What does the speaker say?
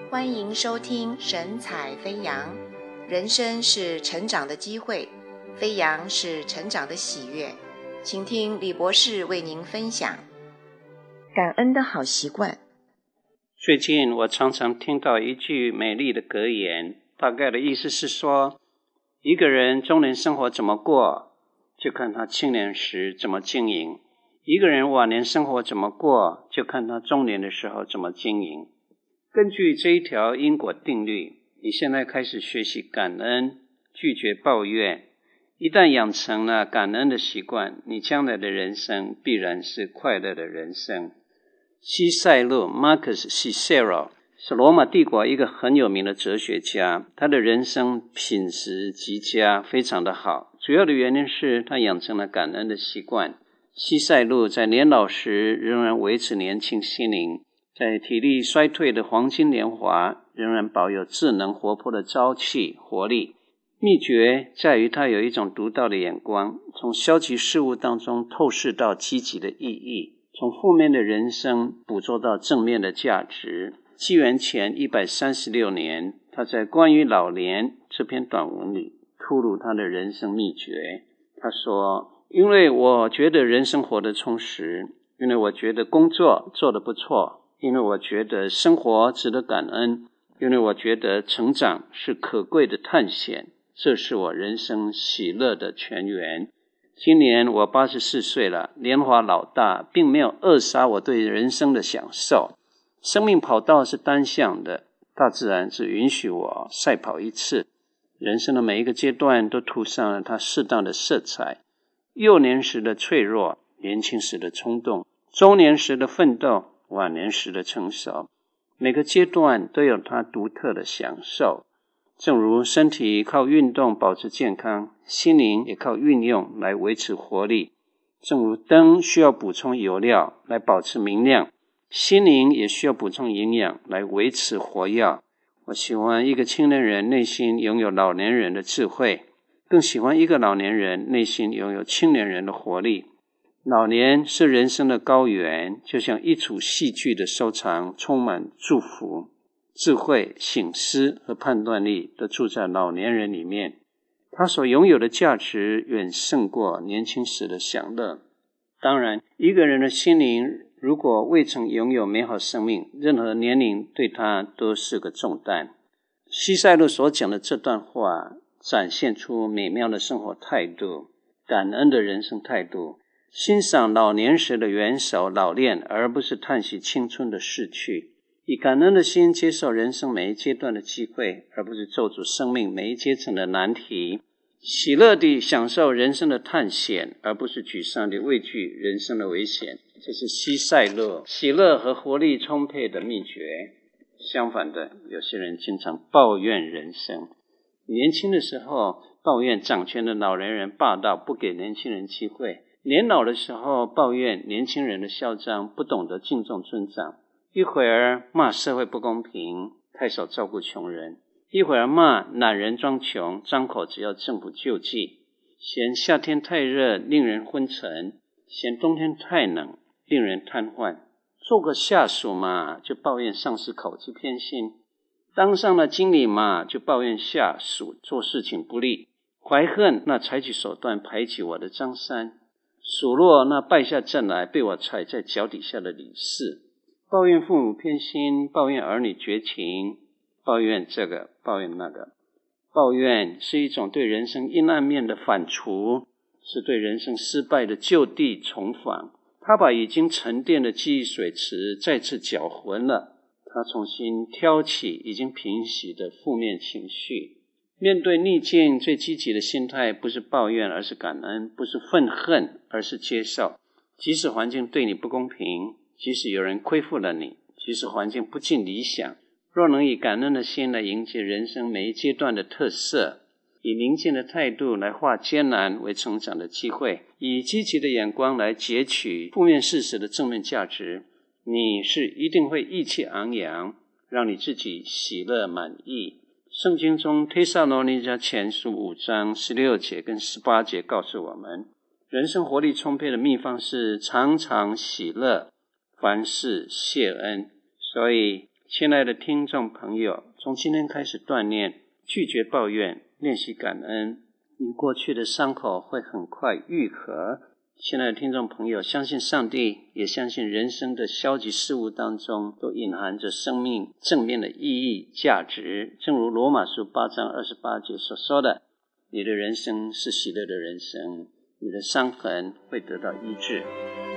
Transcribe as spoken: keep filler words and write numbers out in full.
欢迎收听神采飞扬。人生是成长的机会，飞扬是成长的喜悦。请听李博士为您分享感恩的好习惯。 最近我常常听到一句美丽的格言，大概的意思是说，一个人中年生活怎么过，就看他青年时怎么经营；一个人晚年生活怎么过，就看他中年的时候怎么经营。根据这一条因果定律，你现在开始学习感恩，拒绝抱怨。一旦养成了感恩的习惯，你将来的人生必然是快乐的人生。西塞勒 Marcus Cicero 是罗马帝国一个很有名的哲学家，他的人生品质极佳，非常的好。主要的原因是他养成了感恩的习惯。西塞勒在年老时仍然维持年轻心灵，在体力衰退的黄金年华仍然保有智能活泼的朝气活力。秘诀在于他有一种独到的眼光，从消极事物当中透视到积极的意义，从负面的人生捕捉到正面的价值。纪元前一百三十六年，他在关于老年这篇短文里吐露他的人生秘诀。他说，因为我觉得人生活得充实，因为我觉得工作做得不错，因为我觉得生活值得感恩，因为我觉得成长是可贵的探险，这是我人生喜乐的泉源。今年我八十四岁了，年华老大并没有扼杀我对人生的享受。生命跑道是单向的，大自然只允许我赛跑一次。人生的每一个阶段都涂上了它适当的色彩。幼年时的脆弱，年轻时的冲动，中年时的奋斗，晚年时的成熟。每个阶段都有它独特的享受。正如身体靠运动保持健康，心灵也靠运用来维持活力。正如灯需要补充油料来保持明亮，心灵也需要补充营养来维持活跃。我喜欢一个青年人内心拥有老年人的智慧，更喜欢一个老年人内心拥有青年人的活力。老年是人生的高原，就像一出戏剧的收场，充满祝福。智慧、省思和判断力都住在老年人里面，他所拥有的价值远胜过年轻时的享乐。当然，一个人的心灵如果未曾拥有美好生命，任何年龄对他都是个重担。西塞勒所讲的这段话展现出美妙的生活态度，感恩的人生态度，欣赏老年时的元首老练，而不是叹息青春的逝去。以感恩的心接受人生每一阶段的机会，而不是咒诅生命每一阶层的难题。喜乐地享受人生的探险，而不是沮丧地畏惧人生的危险。这是西塞勒喜乐和活力充沛的秘诀。相反的，有些人经常抱怨人生。年轻的时候抱怨掌权的老年人霸道，不给年轻人机会；年老的时候抱怨年轻人的嚣张，不懂得敬重尊长。一会儿骂社会不公平，太少照顾穷人；一会儿骂懒人装穷，张口只要政府救济；嫌夏天太热，令人昏沉；嫌冬天太冷，令人瘫痪。做个下属嘛，就抱怨上司口气偏心；当上了经理嘛，就抱怨下属做事情不力；怀恨那采取手段排挤我的张三；数落那败下阵来被我踩在脚底下的李四。抱怨父母偏心，抱怨儿女绝情，抱怨这个，抱怨那个。抱怨是一种对人生阴暗面的反刍，是对人生失败的就地重访。他把已经沉淀的记忆水池再次搅浑了，他重新挑起已经平息的负面情绪。面对逆境，最积极的心态不是抱怨，而是感恩；不是愤恨，而是接受。即使环境对你不公平，即使有人亏负了你，即使环境不尽理想，若能以感恩的心来迎接人生每一阶段的特色，以宁静的态度来化艰难为成长的机会，以积极的眼光来截取负面事实的正面价值，你是一定会意气昂扬，让你自己喜乐满意。圣经中帖撒罗尼迦前书五章十六节跟十八节告诉我们，人生活力充沛的秘方是常常喜乐，凡事谢恩。所以亲爱的听众朋友，从今天开始锻炼，拒绝抱怨，练习感恩，你过去的伤口会很快愈合。亲爱的听众朋友，相信上帝，也相信人生的消极事物当中都隐含着生命正面的意义价值。正如罗马书八章二十八节所说的，你的人生是喜乐的人生，你的伤痕会得到医治。